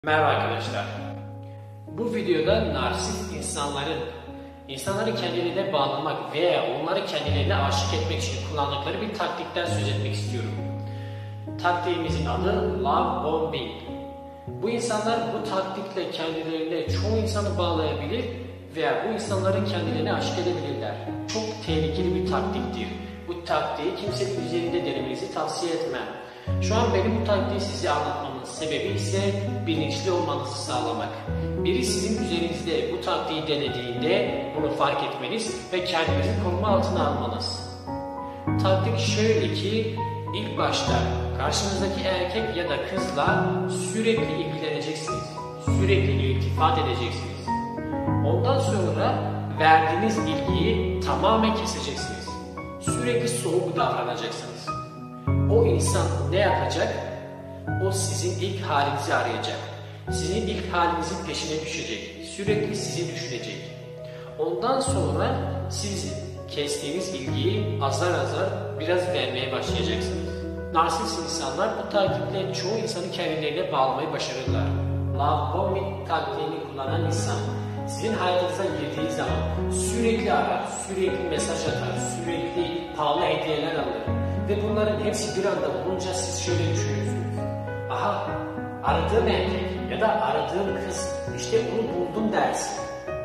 Merhaba arkadaşlar. Bu videoda narsist insanları kendilerine bağlamak veya onları kendilerine aşık etmek için kullandıkları bir taktikten söz etmek istiyorum. Taktiğimizin adı love bombing. Bu insanlar bu taktikle kendilerine çoğu insanı bağlayabilir veya bu insanları kendilerine aşık edebilirler. Çok tehlikeli bir taktiktir. Bu taktiği kimsenin üzerinde denemenizi tavsiye etmem. Şu an benim bu taktiği size anlatmamın sebebi ise bilinçli olmanızı sağlamak. Biri sizin üzerinizde bu taktiği denediğinde bunu fark etmeniz ve kendinizi koruma altına almanız. Taktik şöyle ki ilk başta karşınızdaki erkek ya da kızla sürekli ilgileneceksiniz. Sürekli iltifat edeceksiniz. Ondan sonra verdiğiniz ilgiyi tamamen keseceksiniz. Sürekli soğuk davranacaksınız. O insan ne yapacak? O sizin ilk halinizi arayacak. Sizin ilk halinizin peşine düşecek. Sürekli sizi düşünecek. Ondan sonra siz kestiğiniz ilgiyi azar azar biraz vermeye başlayacaksınız. Narsist insanlar bu taktikle çoğu insanı kendilerine bağlamayı başarırlar. Love bombing taktiğini kullanan insan sizin hayatınıza girdiği zaman sürekli arar, sürekli mesaj atar, sürekli pahalı hediyeler alır. Ve bunların hepsi bir anda olunca siz şöyle düşünüyorsunuz. Aha, aradığım erkek ya da aradığım kız, işte onu buldum dersin.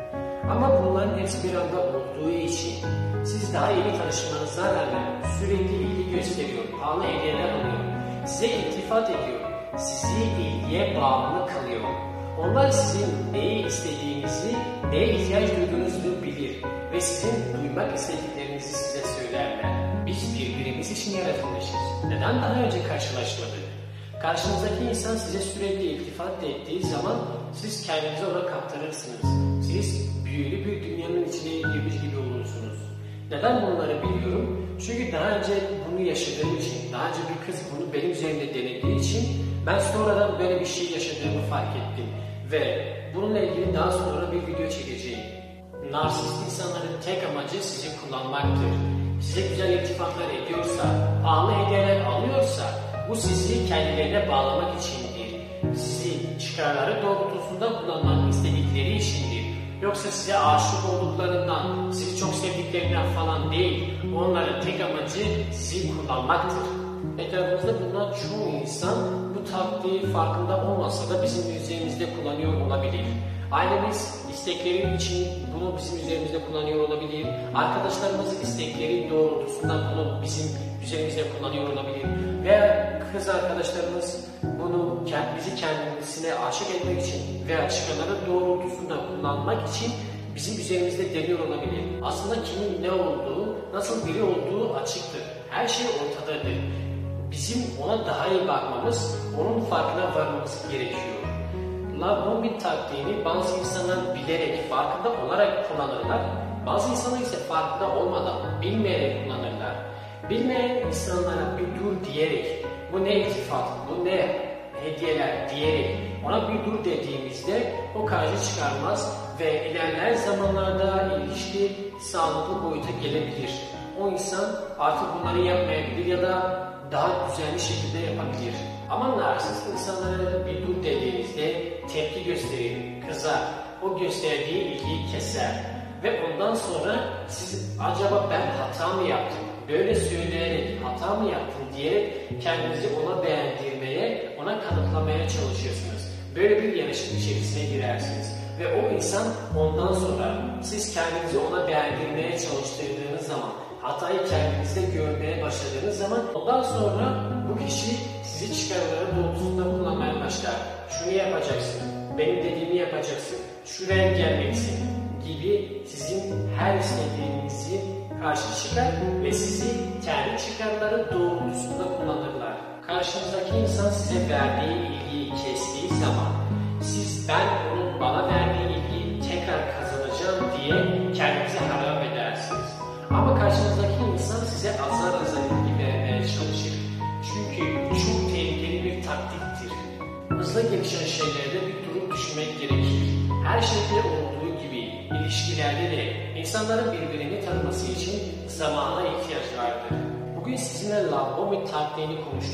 Ama bunların hepsi bir anda olduğu için siz daha yeni tanışmanıza rağmen sürekli ilgi gösteriyor, pahalı hediyeler alıyor, size iltifat ediyor, sizi ilgiye bağımlı kılıyor. Onlar sizin neyi istediğinizi, neye ihtiyaç duyduğunuzu bilir ve sizin duymak istediklerinizi size söylerler. Biz birbirimiz için yaratılmışız. Neden daha önce karşılaşmadık? Karşınızdaki insan size sürekli iltifat ettiği zaman siz kendinizi ona kaptırırsınız. Siz büyülü bir dünyanın içine girmiş gibi olursunuz. Neden bunları biliyorum? Çünkü daha önce bunu yaşadığım için, daha önce bir kız bunu benim üzerimde denediği için ben sonradan böyle bir şey yaşadığımı fark ettim. Ve bununla ilgili daha sonra bir video çekeceğim. Narsist insanların tek amacı sizi kullanmaktır. Size güzel iltifatlar ediyorsa, pahalı hediyeler alıyorsa bu sizi kendilerine bağlamak içindir. Sizi çıkarları doğrultusunda kullanmak istedikleri içindir. Yoksa size aşık olduklarından, sizi çok sevdiklerinden falan değil. Onların tek amacı sizi kullanmaktır. Etrafımızda bulunan çoğu insan bu taktiği farkında olmasa da bizim üzerimizde kullanıyor olabilir. Ailemiz istekleri için bunu bizim üzerimizde kullanıyor olabilir. Arkadaşlarımız istekleri doğrultusunda bunu bizim üzerimizde kullanıyor olabilir. Veya kız arkadaşlarımız bunu bizi kendisine aşık etmek için veya çıkanları doğrultusunda kullanmak için bizim üzerimizde deniyor olabilir. Aslında kimin ne olduğu, nasıl biri olduğu açıktır. Her şey ortadadır. Bizim ona daha iyi bakmamız, onun farkına varmamız gerekiyor. Love bombing taktiğini bazı insanlar bilerek, farkında olarak kullanırlar. Bazı insanlar ise farkında olmadan, bilmeyerek kullanırlar. Bilmeyen insanlara bir dur diyerek, bu ne iltifat, bu ne hediyeler diyerek ona bir dur dediğimizde o karşı çıkarmaz ve ilerleyen zamanlarda ilişki sağlıklı boyuta gelebilir. O insan artık bunları yapmayabilir ya da daha düzenli şekilde yapabilir. Ama narsist insanlara bir dur dediğinizde tepki gösterir, kızar, o gösterdiği ilgiyi keser ve ondan sonra siz acaba ben hata mı yaptım, böyle söyleyerek hata mı yaptım diyerek kendinizi ona beğendirmeye, ona kanıtlamaya çalışıyorsunuz. Böyle bir yarışın içerisine girersiniz ve o insan ondan sonra siz kendinizi ona beğendirmeye çalıştırdığınız zaman, hatayı kendinizde görmeye başladığınız zaman ondan sonra bu kişi sizi çıkarları doğrultusunda kullanmaya başlar. Şunu yapacaksın, benim dediğimi yapacaksın, şuraya gelmelisin gibi sizin her istediğinizi karşı çıkar ve sizi kendi çıkarları doğrultusunda kullanırlar. Karşınızdaki insan size verdiği ilgiyi kestiği zaman siz ben onun bana verdiği ilgiyi tekrar kazanacağım diye kendinizi harap edersiniz. Ama karşınızdaki insan size azar azar ilgi vermeye çalışır. Çünkü çok tehlikeli bir taktiktir. Hızla gelişen şeylerde bir durup düşünmek gerekir. Her şeyde olduğu gibi ilişkilerde de insanların birbirini tanıması için zamana ihtiyaç vardır. Bugün sizinle love bombing taktiğini konuştuk.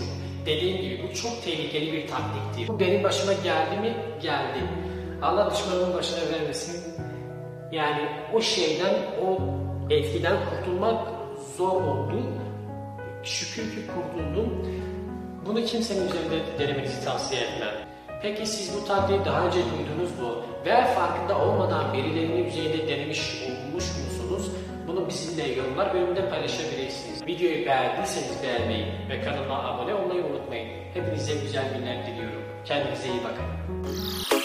Dediğim gibi bu çok tehlikeli bir taktiktir. Bu benim başıma geldi mi? Geldi. Allah düşmanımın başına vermesin. Yani o şeyden, o etkiden kurtulmak zor oldu. Şükür ki kurtuldum. Bunu kimsenin üzerinde denemenizi tavsiye etmem. Peki siz bu taktiği daha önce duydunuz mu? Veya farkında olmadan birilerinin üzerinde denemiş olmuş musunuz? Bunu bizimle yorumlar bölümünde paylaşabilirsiniz. Videoyu beğendiyseniz beğenmeyi ve kanalıma abone olmayı unutmayın. Hepinize güzel günler diliyorum. Kendinize iyi bakın.